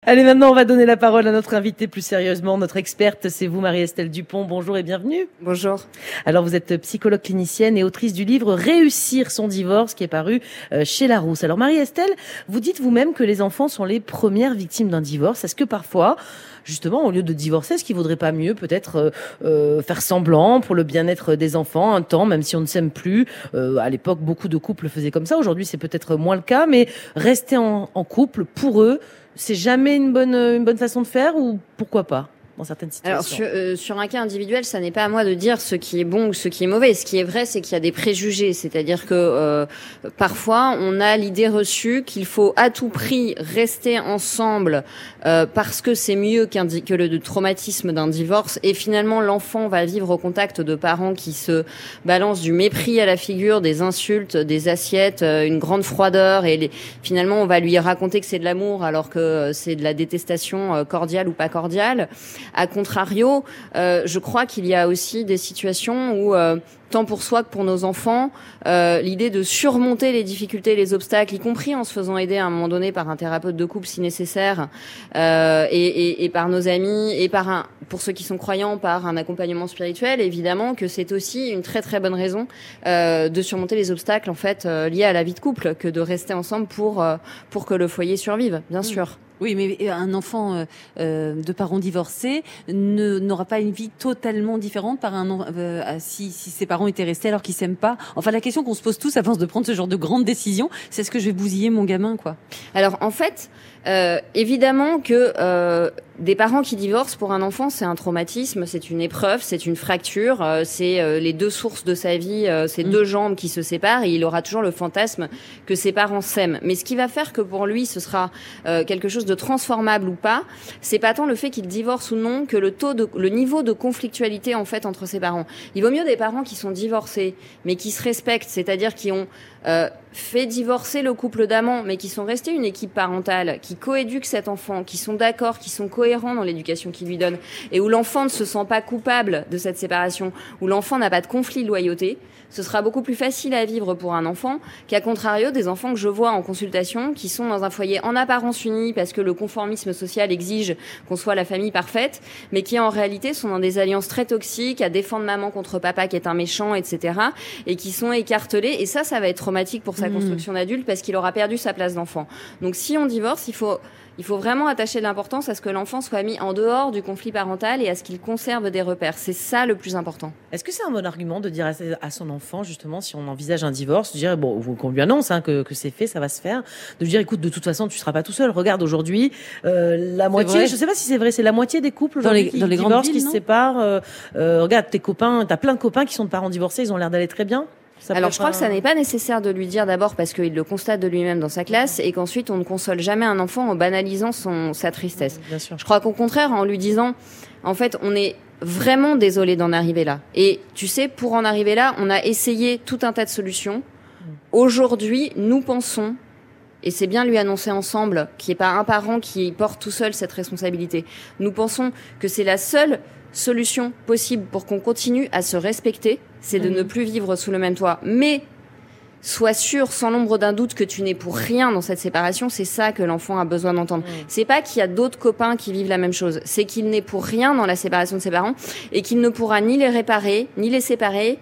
Allez, maintenant, on va donner la parole à notre invitée plus sérieusement. Notre experte, c'est vous, Marie-Estelle Dupont. Bonjour et bienvenue. Bonjour. Alors, vous êtes psychologue clinicienne et autrice du livre « Réussir son divorce » qui est paru chez Larousse. Alors, Marie-Estelle, vous dites vous-même que les enfants sont les premières victimes d'un divorce. Est-ce que parfois, justement, au lieu de divorcer, est-ce qu'il vaudrait pas mieux peut-être faire semblant pour le bien-être des enfants un temps, même si on ne s'aime plus. À l'époque, beaucoup de couples faisaient comme ça. Aujourd'hui, c'est peut-être moins le cas, mais rester en couple, pour eux, c'est jamais une bonne façon de faire, ou pourquoi pas dans certaines situations? Alors sur un cas individuel, ça n'est pas à moi de dire ce qui est bon ou ce qui est mauvais. Ce qui est vrai, c'est qu'il y a des préjugés. C'est-à-dire que parfois, on a l'idée reçue qu'il faut à tout prix rester ensemble parce que c'est mieux que le traumatisme d'un divorce. Et finalement, l'enfant va vivre au contact de parents qui se balancent du mépris à la figure, des insultes, des assiettes, une grande froideur. Et finalement, on va lui raconter que c'est de l'amour alors que c'est de la détestation cordiale ou pas cordiale. A contrario, je crois qu'il y a aussi des situations où, tant pour soi que pour nos enfants, l'idée de surmonter les difficultés, les obstacles, y compris en se faisant aider à un moment donné par un thérapeute de couple si nécessaire, et par nos amis, et pour ceux qui sont croyants, par un accompagnement spirituel, évidemment que c'est aussi une très très bonne raison de surmonter les obstacles en fait liés à la vie de couple, que de rester ensemble pour que le foyer survive, bien sûr. Oui, mais un enfant de parents divorcés n'aura pas une vie totalement différente si ses parents étaient restés alors qu'ils s'aiment pas. Enfin, la question qu'on se pose tous à force de prendre ce genre de grandes décisions, c'est est-ce que je vais bousiller mon gamin, quoi. Alors, en fait, évidemment que des parents qui divorcent pour un enfant, c'est un traumatisme, c'est une épreuve, c'est une fracture, c'est les deux sources de sa vie, c'est deux jambes qui se séparent, et il aura toujours le fantasme que ses parents s'aiment. Mais ce qui va faire que pour lui, ce sera quelque chose de transformable ou pas, c'est pas tant le fait qu'il divorce ou non que le niveau de conflictualité en fait entre ses parents. Il vaut mieux des parents qui sont divorcés, mais qui se respectent, c'est-à-dire qui ont fait divorcer le couple d'amants, mais qui sont restés une équipe parentale, qui coéduquent cet enfant, qui sont d'accord, qui sont cohérents dans l'éducation qu'ils lui donnent, et où l'enfant ne se sent pas coupable de cette séparation, où l'enfant n'a pas de conflit de loyauté. Ce sera beaucoup plus facile à vivre pour un enfant qu'à contrario des enfants que je vois en consultation qui sont dans un foyer en apparence uni parce que le conformisme social exige qu'on soit la famille parfaite, mais qui en réalité sont dans des alliances très toxiques à défendre maman contre papa qui est un méchant, etc. et qui sont écartelés. Et ça va être traumatique pour sa construction d'adulte parce qu'il aura perdu sa place d'enfant. Donc si on divorce, il faut vraiment attacher de l'importance à ce que l'enfant soit mis en dehors du conflit parental et à ce qu'il conserve des repères. C'est ça le plus important. Est-ce que c'est un bon argument de dire à son enfant, justement, si on envisage un divorce, de dire, qu'on lui annonce que c'est fait, ça va se faire, de lui dire, écoute, de toute façon, tu seras pas tout seul. Regarde, aujourd'hui, la moitié, je sais pas si c'est vrai, c'est la moitié des couples aujourd'hui qui divorcent, qui se séparent. Regarde, tes copains, t'as plein de copains qui sont de parents divorcés, ils ont l'air d'aller très bien. Alors je crois que ça n'est pas nécessaire de lui dire d'abord parce qu'il le constate de lui-même dans sa classe et qu'ensuite on ne console jamais un enfant en banalisant sa tristesse. Bien sûr. Je crois qu'au contraire, en lui disant, en fait, on est vraiment désolé d'en arriver là. Et tu sais, pour en arriver là, on a essayé tout un tas de solutions. Aujourd'hui, nous pensons, et c'est bien lui annoncer ensemble, qu'il n'y ait pas un parent qui porte tout seul cette responsabilité. Nous pensons que c'est la seule solution possible pour qu'on continue à se respecter, c'est de ne plus vivre sous le même toit. Mais sois sûr, sans l'ombre d'un doute, que tu n'es pour rien dans cette séparation. C'est ça que l'enfant a besoin d'entendre. C'est pas qu'il y a d'autres copains qui vivent la même chose. C'est qu'il n'est pour rien dans la séparation de ses parents et qu'il ne pourra ni les réparer, ni les séparer,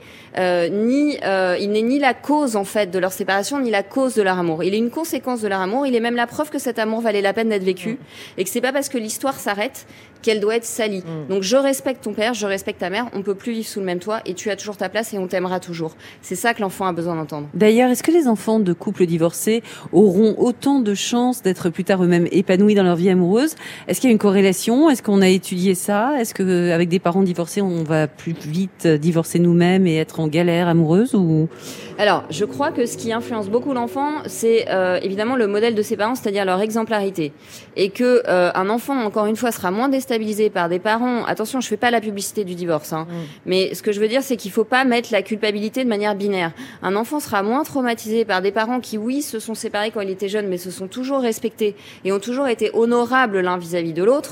il n'est ni la cause, en fait, de leur séparation, ni la cause de leur amour. Il est une conséquence de leur amour. Il est même la preuve que cet amour valait la peine d'être vécu et que c'est pas parce que l'histoire s'arrête qu'elle doit être salie. Donc, je respecte ton père, je respecte ta mère. On peut plus vivre sous le même toit et tu as toujours ta place et on t'aimera toujours. C'est ça que l'enfant a besoin d'entendre. D'ailleurs, est-ce que les enfants de couples divorcés auront autant de chances d'être plus tard eux-mêmes épanouis dans leur vie amoureuse? Est-ce qu'il y a une corrélation? Est-ce qu'on a étudié ça? Est-ce que avec des parents divorcés, on va plus vite divorcer nous-mêmes et être en galère amoureuse ou... Alors, je crois que ce qui influence beaucoup l'enfant, c'est évidemment le modèle de ses parents, c'est-à-dire leur exemplarité. Et que un enfant, encore une fois, sera moins déstabilisé par des parents. Attention, je fais pas la publicité du divorce, mais ce que je veux dire, c'est qu'il faut pas mettre la culpabilité de manière binaire. Un enfant sera moins traumatisé par des parents qui, oui, se sont séparés quand il était jeune, mais se sont toujours respectés et ont toujours été honorables l'un vis-à-vis de l'autre.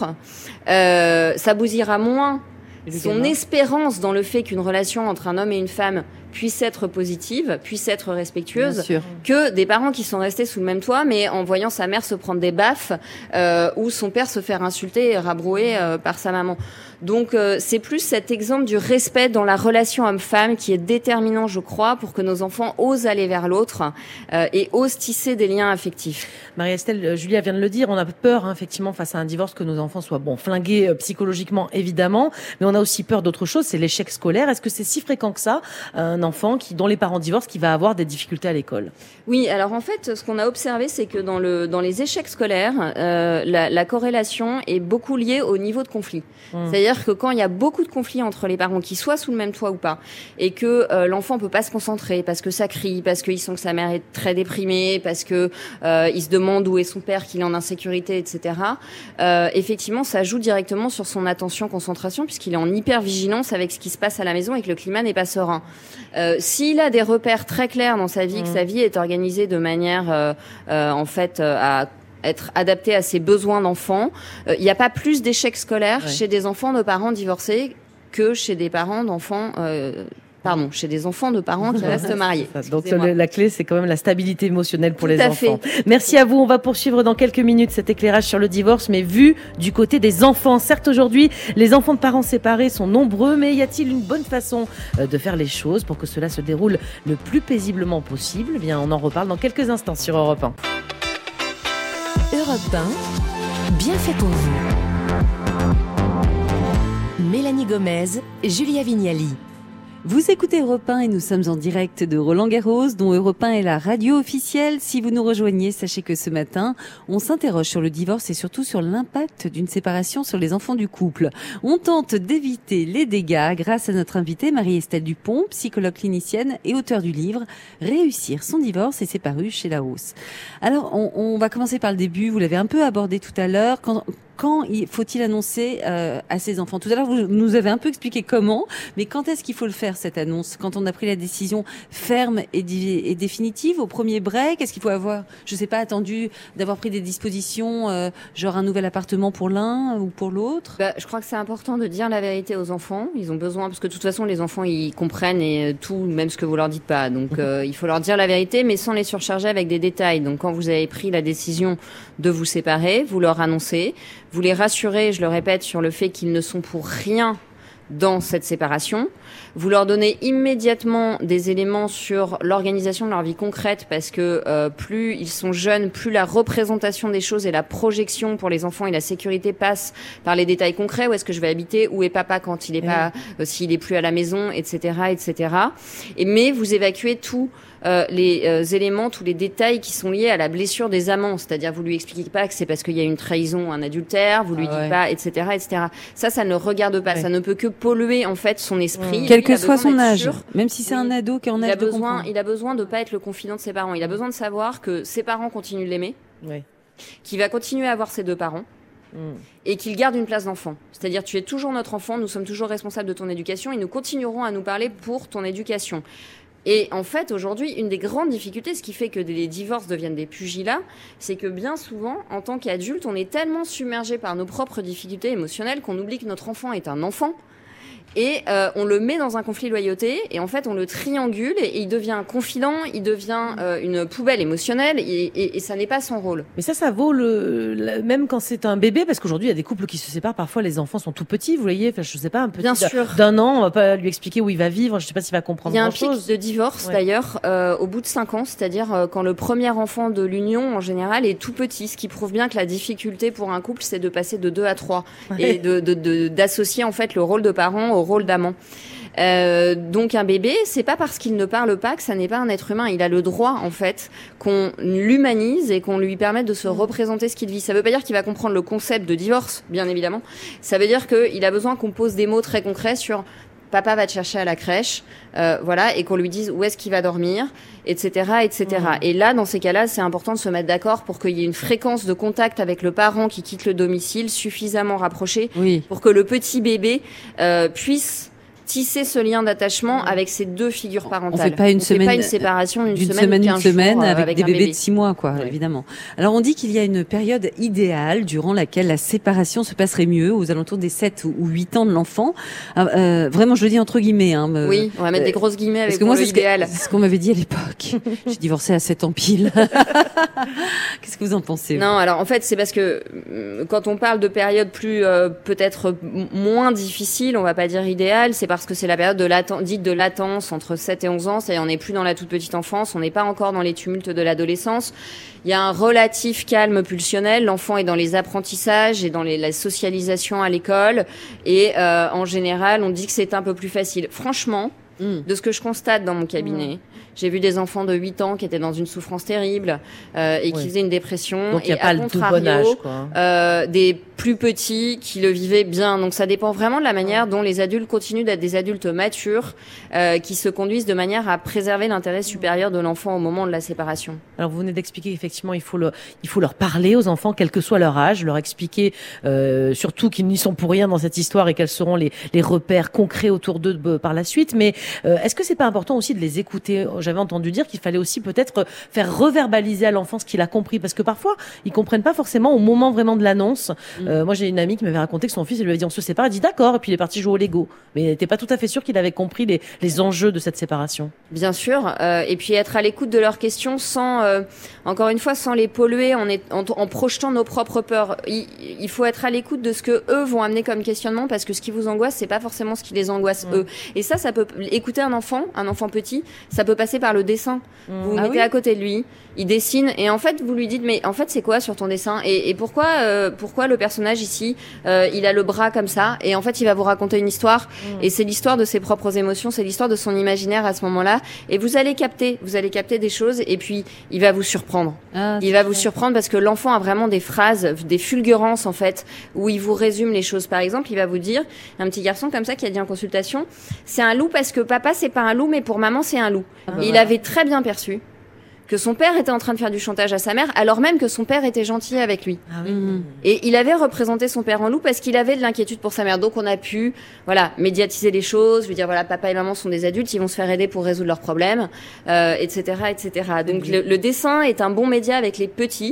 Ça bousillera moins son espérance dans le fait qu'une relation entre un homme et une femme puisse être positive, puisse être respectueuse, que des parents qui sont restés sous le même toit, mais en voyant sa mère se prendre des baffes ou son père se faire insulter et rabrouer par sa maman. Donc c'est plus cet exemple du respect dans la relation homme-femme qui est déterminant, je crois, pour que nos enfants osent aller vers l'autre et osent tisser des liens affectifs. Marie-Estelle, Julia vient de le dire, on a peur effectivement face à un divorce que nos enfants soient flingués psychologiquement évidemment, mais on a aussi peur d'autre chose, c'est l'échec scolaire. Est-ce que c'est si fréquent que ça, un enfant dont les parents divorcent, qui va avoir des difficultés à l'école? Oui, alors en fait, ce qu'on a observé, c'est que dans les échecs scolaires, la corrélation est beaucoup liée au niveau de conflit. C'est-à-dire que quand il y a beaucoup de conflits entre les parents, qui soient sous le même toit ou pas, et que l'enfant peut pas se concentrer parce que ça crie, parce qu'il sent que sa mère est très déprimée, parce que il se demande où est son père, qu'il est en insécurité, etc. Effectivement, ça joue directement sur son attention, concentration, puisqu'il est en hyper-vigilance avec ce qui se passe à la maison et que le climat n'est pas serein. S'il a des repères très clairs dans sa vie, que sa vie est organisée de manière, à être adapté à ses besoins d'enfant. Il n'y a pas plus d'échecs scolaires chez des enfants de parents divorcés que chez des parents d'enfants... chez des enfants de parents qui restent mariés. Donc la clé, c'est quand même la stabilité émotionnelle pour les enfants. Merci à vous. On va poursuivre dans quelques minutes cet éclairage sur le divorce, mais vu du côté des enfants. Certes, aujourd'hui, les enfants de parents séparés sont nombreux, mais y a-t-il une bonne façon de faire les choses pour que cela se déroule le plus paisiblement possible? Eh bien, on en reparle dans quelques instants sur Europe 1. Europe 1, bien fait pour vous. Mélanie Gomez, Julia Vignali. Vous écoutez Europe 1 et nous sommes en direct de Roland-Garros, dont Europe 1 est la radio officielle. Si vous nous rejoignez, sachez que ce matin, on s'interroge sur le divorce et surtout sur l'impact d'une séparation sur les enfants du couple. On tente d'éviter les dégâts grâce à notre invitée Marie-Estelle Dupont, psychologue clinicienne et auteure du livre « Réussir son divorce » et c'est paru chez Larousse. Alors, on va commencer par le début. Vous l'avez un peu abordé tout à l'heure. Quand faut-il annoncer à ses enfants? Tout à l'heure, vous nous avez un peu expliqué comment, mais quand est-ce qu'il faut le faire, cette annonce? Quand on a pris la décision ferme et définitive, au premier break? Est-ce qu'il faut avoir, je sais pas, attendu d'avoir pris des dispositions, genre un nouvel appartement pour l'un ou pour l'autre? Je crois que c'est important de dire la vérité aux enfants. Ils ont besoin, parce que de toute façon, les enfants, ils comprennent et tout, même ce que vous leur dites pas. Donc, il faut leur dire la vérité, mais sans les surcharger avec des détails. Donc, quand vous avez pris la décision de vous séparer, vous leur annoncez. Vous les rassurez, je le répète, sur le fait qu'ils ne sont pour rien dans cette séparation. Vous leur donnez immédiatement des éléments sur l'organisation de leur vie concrète parce que plus ils sont jeunes, plus la représentation des choses et la projection pour les enfants et la sécurité passe par les détails concrets. Où est-ce que je vais habiter? Où est papa quand il est pas, s'il est plus à la maison, etc., etc. Mais vous évacuez tout. Les éléments, tous les détails qui sont liés à la blessure des amants, c'est-à-dire vous lui expliquez pas que c'est parce qu'il y a une trahison, un adultère, vous lui dites pas, etc., etc. Ça ne regarde pas, ça ne peut que polluer en fait son esprit. Quel que soit son âge, même si c'est un ado qui est en âge de comprendre. Il a besoin de pas être le confident de ses parents. Il a besoin de savoir que ses parents continuent de l'aimer, qu'il va continuer à avoir ses deux parents. Et qu'il garde une place d'enfant. C'est-à-dire, tu es toujours notre enfant, nous sommes toujours responsables de ton éducation et nous continuerons à nous parler pour ton éducation. Et en fait, aujourd'hui, une des grandes difficultés, ce qui fait que les divorces deviennent des pugilats, c'est que bien souvent, en tant qu'adulte, on est tellement submergé par nos propres difficultés émotionnelles qu'on oublie que notre enfant est un enfant. Et on le met dans un conflit de loyauté et en fait on le triangule et il devient un confident, il devient une poubelle émotionnelle et ça n'est pas son rôle. Mais ça vaut même quand c'est un bébé, parce qu'aujourd'hui il y a des couples qui se séparent, parfois les enfants sont tout petits, vous voyez, enfin, je sais pas, un petit d'un an, on va pas lui expliquer où il va vivre, je sais pas s'il va comprendre grand-chose. Il y a un pic de divorce d'ailleurs au bout de 5 ans, c'est-à-dire quand le premier enfant de l'union en général est tout petit, ce qui prouve bien que la difficulté pour un couple c'est de passer de 2 à 3 et d'associer en fait le rôle de parent au rôle d'amant. Donc un bébé, c'est pas parce qu'il ne parle pas que ça n'est pas un être humain. Il a le droit en fait qu'on l'humanise et qu'on lui permette de se représenter ce qu'il vit. Ça veut pas dire qu'il va comprendre le concept de divorce, bien évidemment. Ça veut dire qu'il a besoin qu'on pose des mots très concrets sur papa va te chercher à la crèche, et qu'on lui dise où est-ce qu'il va dormir, etc., etc. Et là, dans ces cas-là, c'est important de se mettre d'accord pour qu'il y ait une fréquence de contact avec le parent qui quitte le domicile suffisamment rapprochée pour que le petit bébé puisse tisser ce lien d'attachement avec ces deux figures parentales. On fait pas une séparation d'une semaine ou 15 jours avec des bébés bébé de 6 mois, quoi, évidemment. Alors, on dit qu'il y a une période idéale durant laquelle la séparation se passerait mieux, aux alentours des 7 ou 8 ans de l'enfant. Vraiment, je le dis entre guillemets. Oui, on va mettre des grosses guillemets avec l'idéal. C'est ce qu'on m'avait dit à l'époque. J'ai divorcé à 7 ans pile. Qu'est-ce que vous en pensez? Non, alors en fait, c'est parce que quand on parle de période plus peut-être moins difficile, on va pas dire idéale, c'est parce que c'est la période dite de latence entre 7 et 11 ans, c'est-à-dire on n'est plus dans la toute petite enfance, on n'est pas encore dans les tumultes de l'adolescence. Il y a un relatif calme pulsionnel, l'enfant est dans les apprentissages et dans la socialisation à l'école et en général, on dit que c'est un peu plus facile. Franchement, de ce que je constate dans mon cabinet, j'ai vu des enfants de 8 ans qui étaient dans une souffrance terrible et qui faisaient une dépression. Donc il n'y a pas le tout bon âge, quoi. Des plus petits qui le vivaient bien. Donc ça dépend vraiment de la manière dont les adultes continuent d'être des adultes matures qui se conduisent de manière à préserver l'intérêt supérieur de l'enfant au moment de la séparation. Alors vous venez d'expliquer qu'effectivement il faut leur parler aux enfants, quel que soit leur âge, leur expliquer surtout qu'ils n'y sont pour rien dans cette histoire et quels seront les repères concrets autour d'eux par la suite. Mais est-ce que c'est pas important aussi de les écouter? J'avais entendu dire qu'il fallait aussi peut-être faire reverbaliser à l'enfant ce qu'il a compris, parce que parfois ils comprennent pas forcément au moment vraiment de l'annonce. Moi j'ai une amie qui m'avait raconté que son fils, il lui avait dit on se sépare, elle dit d'accord, et puis il est parti jouer au Lego, mais elle n'était pas tout à fait sûre qu'il avait compris les enjeux de cette séparation. Bien sûr, et puis être à l'écoute de leurs questions sans encore une fois sans les polluer en projetant nos propres peurs. Il faut être à l'écoute de ce que eux vont amener comme questionnement, parce que ce qui vous angoisse, c'est pas forcément ce qui les angoisse eux. Et ça peut écouter un enfant petit, ça peut passer par le dessin. Vous vous mettez à côté de lui, il dessine et en fait vous lui dites mais en fait c'est quoi sur ton dessin et pourquoi le personnage ici il a le bras comme ça, et en fait il va vous raconter une histoire et c'est l'histoire de ses propres émotions, c'est l'histoire de son imaginaire à ce moment-là, et vous allez capter des choses et puis il va vous surprendre. Il va vous surprendre parce que l'enfant a vraiment des phrases, des fulgurances en fait où il vous résume les choses. Par exemple, il va vous dire, un petit garçon comme ça qui a dit en consultation, c'est un loup parce que papa c'est pas un loup mais pour maman c'est un loup. Il avait très bien perçu que son père était en train de faire du chantage à sa mère, alors même que son père était gentil avec lui. Et il avait représenté son père en loup parce qu'il avait de l'inquiétude pour sa mère. Donc on a pu, médiatiser les choses, lui dire papa et maman sont des adultes, ils vont se faire aider pour résoudre leurs problèmes, etc., etc. Donc le dessin est un bon média avec les petits.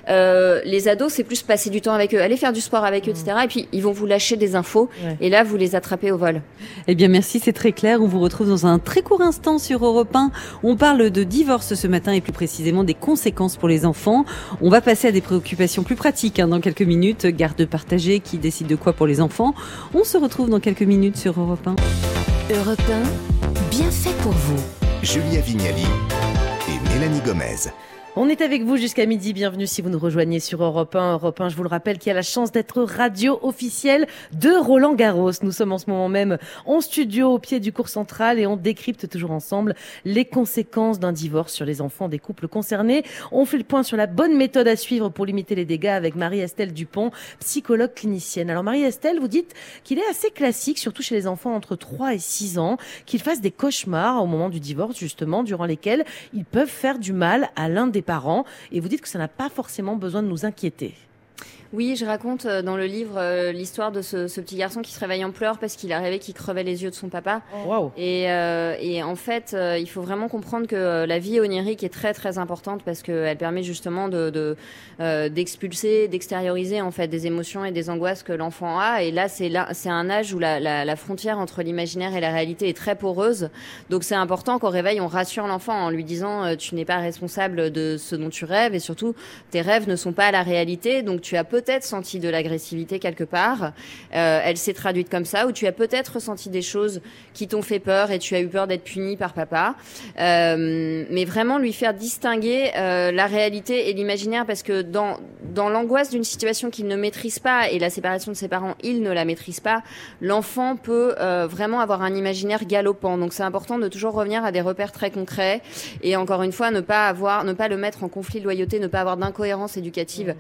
Les ados, c'est plus passer du temps avec eux, aller faire du sport avec eux, etc. Et puis ils vont vous lâcher des infos, et là vous les attrapez au vol. Eh bien merci, c'est très clair. On vous retrouve dans un très court instant sur Europe 1. On parle de divorce ce matin, et plus précisément des conséquences pour les enfants. On va passer à des préoccupations plus pratiques dans quelques minutes. Garde partagée, qui décide de quoi pour les enfants? On se retrouve dans quelques minutes sur Europe 1. Europe 1, bien fait pour vous. Julia Vignali et Mélanie Gomez. On est avec vous jusqu'à midi. Bienvenue si vous nous rejoignez sur Europe 1. Europe 1, je vous le rappelle, qui a la chance d'être radio officielle de Roland Garros. Nous sommes en ce moment même en studio au pied du cours central et on décrypte toujours ensemble les conséquences d'un divorce sur les enfants des couples concernés. On fait le point sur la bonne méthode à suivre pour limiter les dégâts avec Marie-Estelle Dupont, psychologue clinicienne. Alors Marie-Estelle, vous dites qu'il est assez classique, surtout chez les enfants entre 3 et 6 ans, qu'ils fassent des cauchemars au moment du divorce, justement, durant lesquels ils peuvent faire du mal à l'un des parents, et vous dites que ça n'a pas forcément besoin de nous inquiéter. Oui, je raconte dans le livre l'histoire de ce petit garçon qui se réveille en pleurs parce qu'il a rêvé qu'il crevait les yeux de son papa. Wow. Et en fait, il faut vraiment comprendre que la vie onirique est très très importante parce qu'elle permet justement d'expulser, d'extérioriser en fait des émotions et des angoisses que l'enfant a. Et là, c'est un âge où la frontière entre l'imaginaire et la réalité est très poreuse. Donc c'est important qu'au réveil, on rassure l'enfant en lui disant tu n'es pas responsable de ce dont tu rêves et surtout tes rêves ne sont pas la réalité. Donc tu as peut-être senti de l'agressivité quelque part, elle s'est traduite comme ça, ou tu as peut-être ressenti des choses qui t'ont fait peur et tu as eu peur d'être puni par papa, mais vraiment lui faire distinguer la réalité et l'imaginaire, parce que dans l'angoisse d'une situation qu'il ne maîtrise pas, et la séparation de ses parents, il ne la maîtrise pas, l'enfant peut vraiment avoir un imaginaire galopant. Donc c'est important de toujours revenir à des repères très concrets, et encore une fois ne pas le mettre en conflit de loyauté, ne pas avoir d'incohérence éducative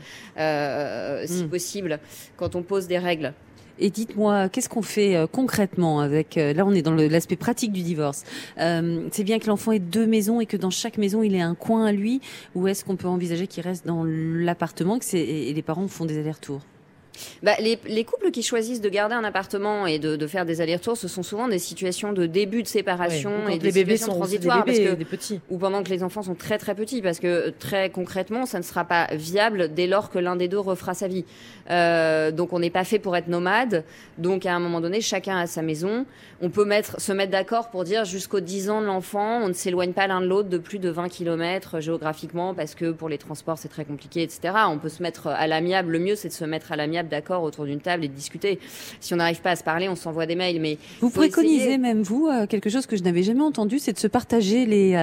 si possible, quand on pose des règles. Et dites-moi, qu'est-ce qu'on fait concrètement avec... là, on est dans l'aspect pratique du divorce. C'est bien que l'enfant ait 2 maisons et que dans chaque maison, il ait un coin à lui, ou est-ce qu'on peut envisager qu'il reste dans l'appartement et les parents font des allers-retours? Les couples qui choisissent de garder un appartement et de faire des allers-retours, ce sont souvent des situations de début de séparation et des situations transitoires, des petits, ou pendant que les enfants sont très très petits, parce que très concrètement, ça ne sera pas viable dès lors que l'un des deux refera sa vie. Donc on n'est pas fait pour être nomade. Donc à un moment donné, chacun a sa maison. On peut se mettre d'accord pour dire jusqu'aux 10 ans de l'enfant, on ne s'éloigne pas l'un de l'autre de plus de 20 km géographiquement, parce que pour les transports c'est très compliqué, etc. On peut se mettre à l'amiable. Le mieux, c'est de se mettre à l'amiable d'accord autour d'une table et de discuter. Si on n'arrive pas à se parler, on s'envoie des mails. Mais vous préconisez même, vous, quelque chose que je n'avais jamais entendu, c'est de se partager les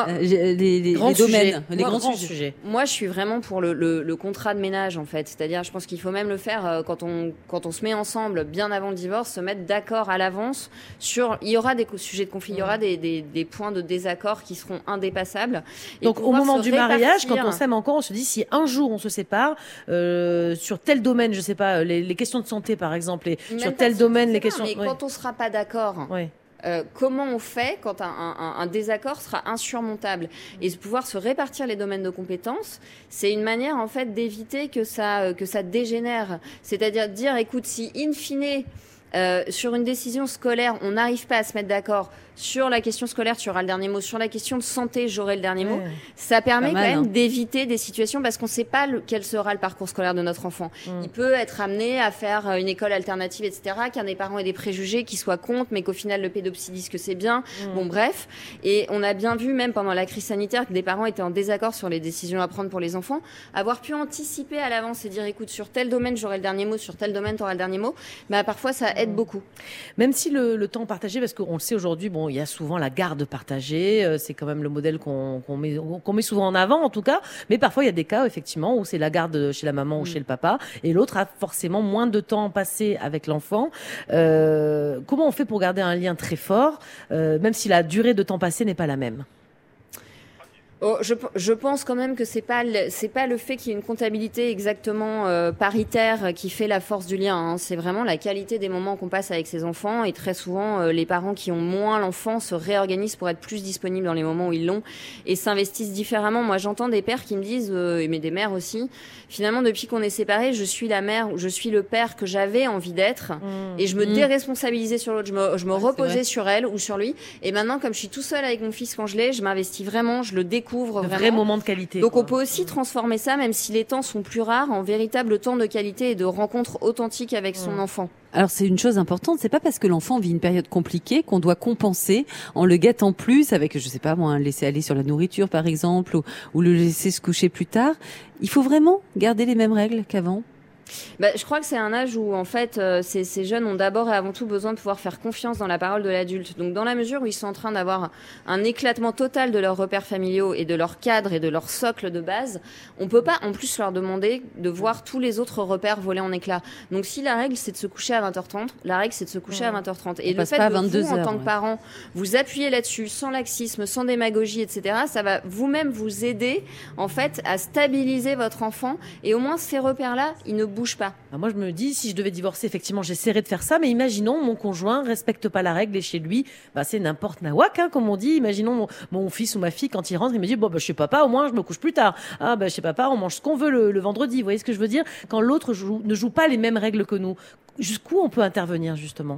domaines, les grands sujets. Moi, je suis vraiment pour le contrat de ménage, en fait. C'est-à-dire, je pense qu'il faut même le faire quand on se met ensemble, bien avant le divorce, se mettre d'accord à l'avance sur... Il y aura des sujets de conflit, il y aura des points de désaccord qui seront indépassables. Donc, au moment du mariage, quand on s'aime encore, on se dit, si un jour on se sépare, sur tel domaine, je sais pas, les questions de santé, par exemple, et sur tel domaine, les questions... Mais quand on sera pas d'accord... Ouais. Comment on fait quand un désaccord sera insurmontable, et pouvoir se répartir les domaines de compétences, c'est une manière en fait d'éviter que ça dégénère. C'est-à-dire dire, écoute, si in fine sur une décision scolaire on n'arrive pas à se mettre d'accord, sur la question scolaire tu auras le dernier mot, sur la question de santé j'aurai le dernier mot, ça permet quand même d'éviter des situations, parce qu'on ne sait pas quel sera le parcours scolaire de notre enfant. Il peut être amené à faire une école alternative, etc., qu'un des parents ait des préjugés, qui soient contre, mais qu'au final le pédopsie dise que c'est bien. Bon, bref. Et on a bien vu, même pendant la crise sanitaire, que des parents étaient en désaccord sur les décisions à prendre pour les enfants. Avoir pu anticiper à l'avance et dire, écoute, sur tel domaine j'aurai le dernier mot, sur tel domaine tu auras le dernier mot, parfois ça aide beaucoup. Même si le temps partagé, parce qu'on le sait aujourd'hui, bon, il y a souvent la garde partagée, c'est quand même le modèle qu'on met souvent en avant, en tout cas. Mais parfois, il y a des cas, effectivement, où c'est la garde chez la maman ou chez le papa, et l'autre a forcément moins de temps passé avec l'enfant. Comment on fait pour garder un lien très fort, même si la durée de temps passé n'est pas la même? Je pense quand même que c'est pas le fait qu'il y ait une comptabilité exactement paritaire qui fait la force du lien, hein. C'est vraiment la qualité des moments qu'on passe avec ses enfants, et très souvent les parents qui ont moins l'enfant se réorganisent pour être plus disponibles dans les moments où ils l'ont et s'investissent différemment. Moi, j'entends des pères qui me disent, mais des mères aussi, finalement depuis qu'on est séparés, je suis la mère ou je suis le père que j'avais envie d'être, et je me déresponsabilisais sur l'autre, je me reposais sur elle ou sur lui, et maintenant comme je suis tout seul avec mon fils quand je m'investis vraiment, je le découvre. Un vrai moment de qualité. Donc on peut aussi transformer ça, même si les temps sont plus rares, en véritable temps de qualité et de rencontre authentique avec son enfant. Alors c'est une chose importante, c'est pas parce que l'enfant vit une période compliquée qu'on doit compenser en le gâtant plus avec, je sais pas moi, laisser aller sur la nourriture par exemple, ou le laisser se coucher plus tard. Il faut vraiment garder les mêmes règles qu'avant. Je crois que c'est un âge où en fait ces jeunes ont d'abord et avant tout besoin de pouvoir faire confiance dans la parole de l'adulte. Donc dans la mesure où ils sont en train d'avoir un éclatement total de leurs repères familiaux et de leur cadre et de leur socle de base, on peut pas en plus leur demander de voir tous les autres repères voler en éclats. Donc si la règle c'est de se coucher à 20h30, la règle c'est de se coucher à 20h30. Et le fait de vous, en tant que parent, vous appuyer là-dessus sans laxisme, sans démagogie, etc., ça va vous-même vous aider en fait à stabiliser votre enfant, et au moins ces repères-là, ils ne bougent pas. Moi, je me dis, si je devais divorcer, effectivement, j'essaierais de faire ça. Mais imaginons, mon conjoint respecte pas la règle et chez lui, c'est n'importe nawak, hein, comme on dit. Imaginons mon fils ou ma fille, quand il rentre, il me dit, chez papa, au moins, je me couche plus tard. Chez papa, on mange ce qu'on veut le vendredi. Vous voyez ce que je veux dire? Quand l'autre ne joue pas les mêmes règles que nous, jusqu'où on peut intervenir, justement?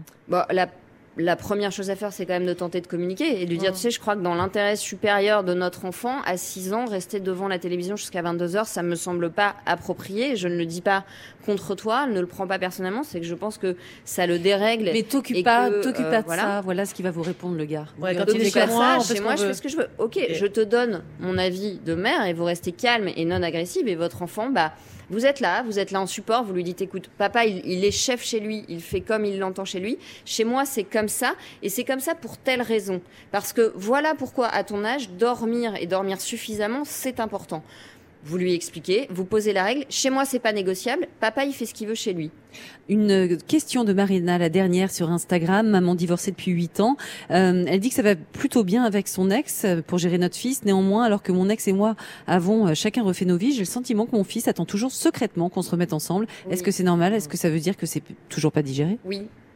La première chose à faire, c'est quand même de tenter de communiquer et de lui dire, tu sais, je crois que dans l'intérêt supérieur de notre enfant, à 6 ans, rester devant la télévision jusqu'à 22h, ça me semble pas approprié. Je ne le dis pas contre toi, ne le prends pas personnellement, c'est que je pense que ça le dérègle. Mais t'occupe pas de ça. Voilà ce qu'il va vous répondre, le gars. Ouais, quand il est chez moi, je fais ce que je veux. Ok, je te donne mon avis de mère et vous restez calme et non agressive, et votre enfant, vous êtes là en support, vous lui dites, écoute, papa, il est chef chez lui, il fait comme il l'entend chez lui. Chez moi, c'est comme ça, et c'est comme ça pour telle raison. Parce que voilà pourquoi, à ton âge, dormir et dormir suffisamment, c'est important. Vous lui expliquez, vous posez la règle. Chez moi, c'est pas négociable. Papa, il fait ce qu'il veut chez lui. Une question de Marina, la dernière sur Instagram, maman divorcée depuis 8 ans. Elle dit que ça va plutôt bien avec son ex pour gérer notre fils. Néanmoins, alors que mon ex et moi avons chacun refait nos vies, j'ai le sentiment que mon fils attend toujours secrètement qu'on se remette ensemble. Oui. Est-ce que c'est normal? Est-ce que ça veut dire que c'est toujours pas digéré? Oui.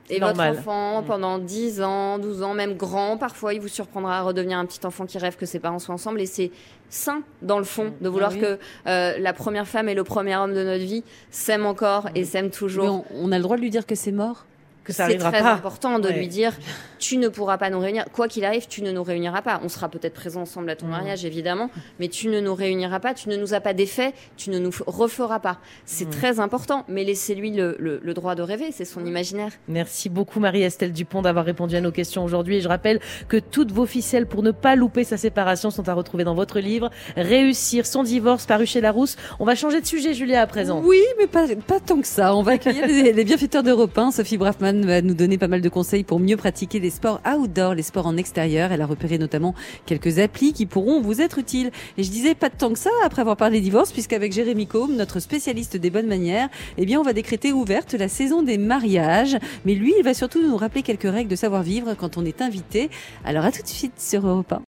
Et normal. votre enfant, pendant 10 ans, 12 ans, même grand, parfois, il vous surprendra à redevenir un petit enfant qui rêve que ses parents soient ensemble. Et c'est sain, dans le fond, de vouloir que la première femme et le premier homme de notre vie s'aiment encore et s'aiment toujours. Mais on a le droit de lui dire que c'est mort? Que ça c'est arrivera très pas. important de lui dire tu ne pourras pas nous réunir, quoi qu'il arrive, tu ne nous réuniras pas. On sera peut-être présents ensemble à ton mariage, évidemment, mais tu ne nous réuniras pas, tu ne nous as pas défait, tu ne nous referas pas. C'est très important, mais laissez-lui le droit de rêver, c'est son imaginaire. Merci beaucoup Marie-Estelle Dupont d'avoir répondu à nos questions aujourd'hui. Et je rappelle que toutes vos ficelles pour ne pas louper sa séparation sont à retrouver dans votre livre Réussir son divorce, paru chez Larousse. On va changer de sujet, Julia, à présent. Oui, mais pas tant que ça. On va accueillir les bienfaiteurs d'Europe 1. Sophie Braffman va nous donner pas mal de conseils pour mieux pratiquer les sports outdoor, les sports en extérieur. Elle a repéré notamment quelques applis qui pourront vous être utiles. Et je disais pas tant que ça après avoir parlé divorce, puisqu'avec Jérémy Combe, notre spécialiste des bonnes manières, eh bien, on va décréter ouverte la saison des mariages. Mais lui, il va surtout nous rappeler quelques règles de savoir-vivre quand on est invité. Alors à tout de suite sur Europe 1.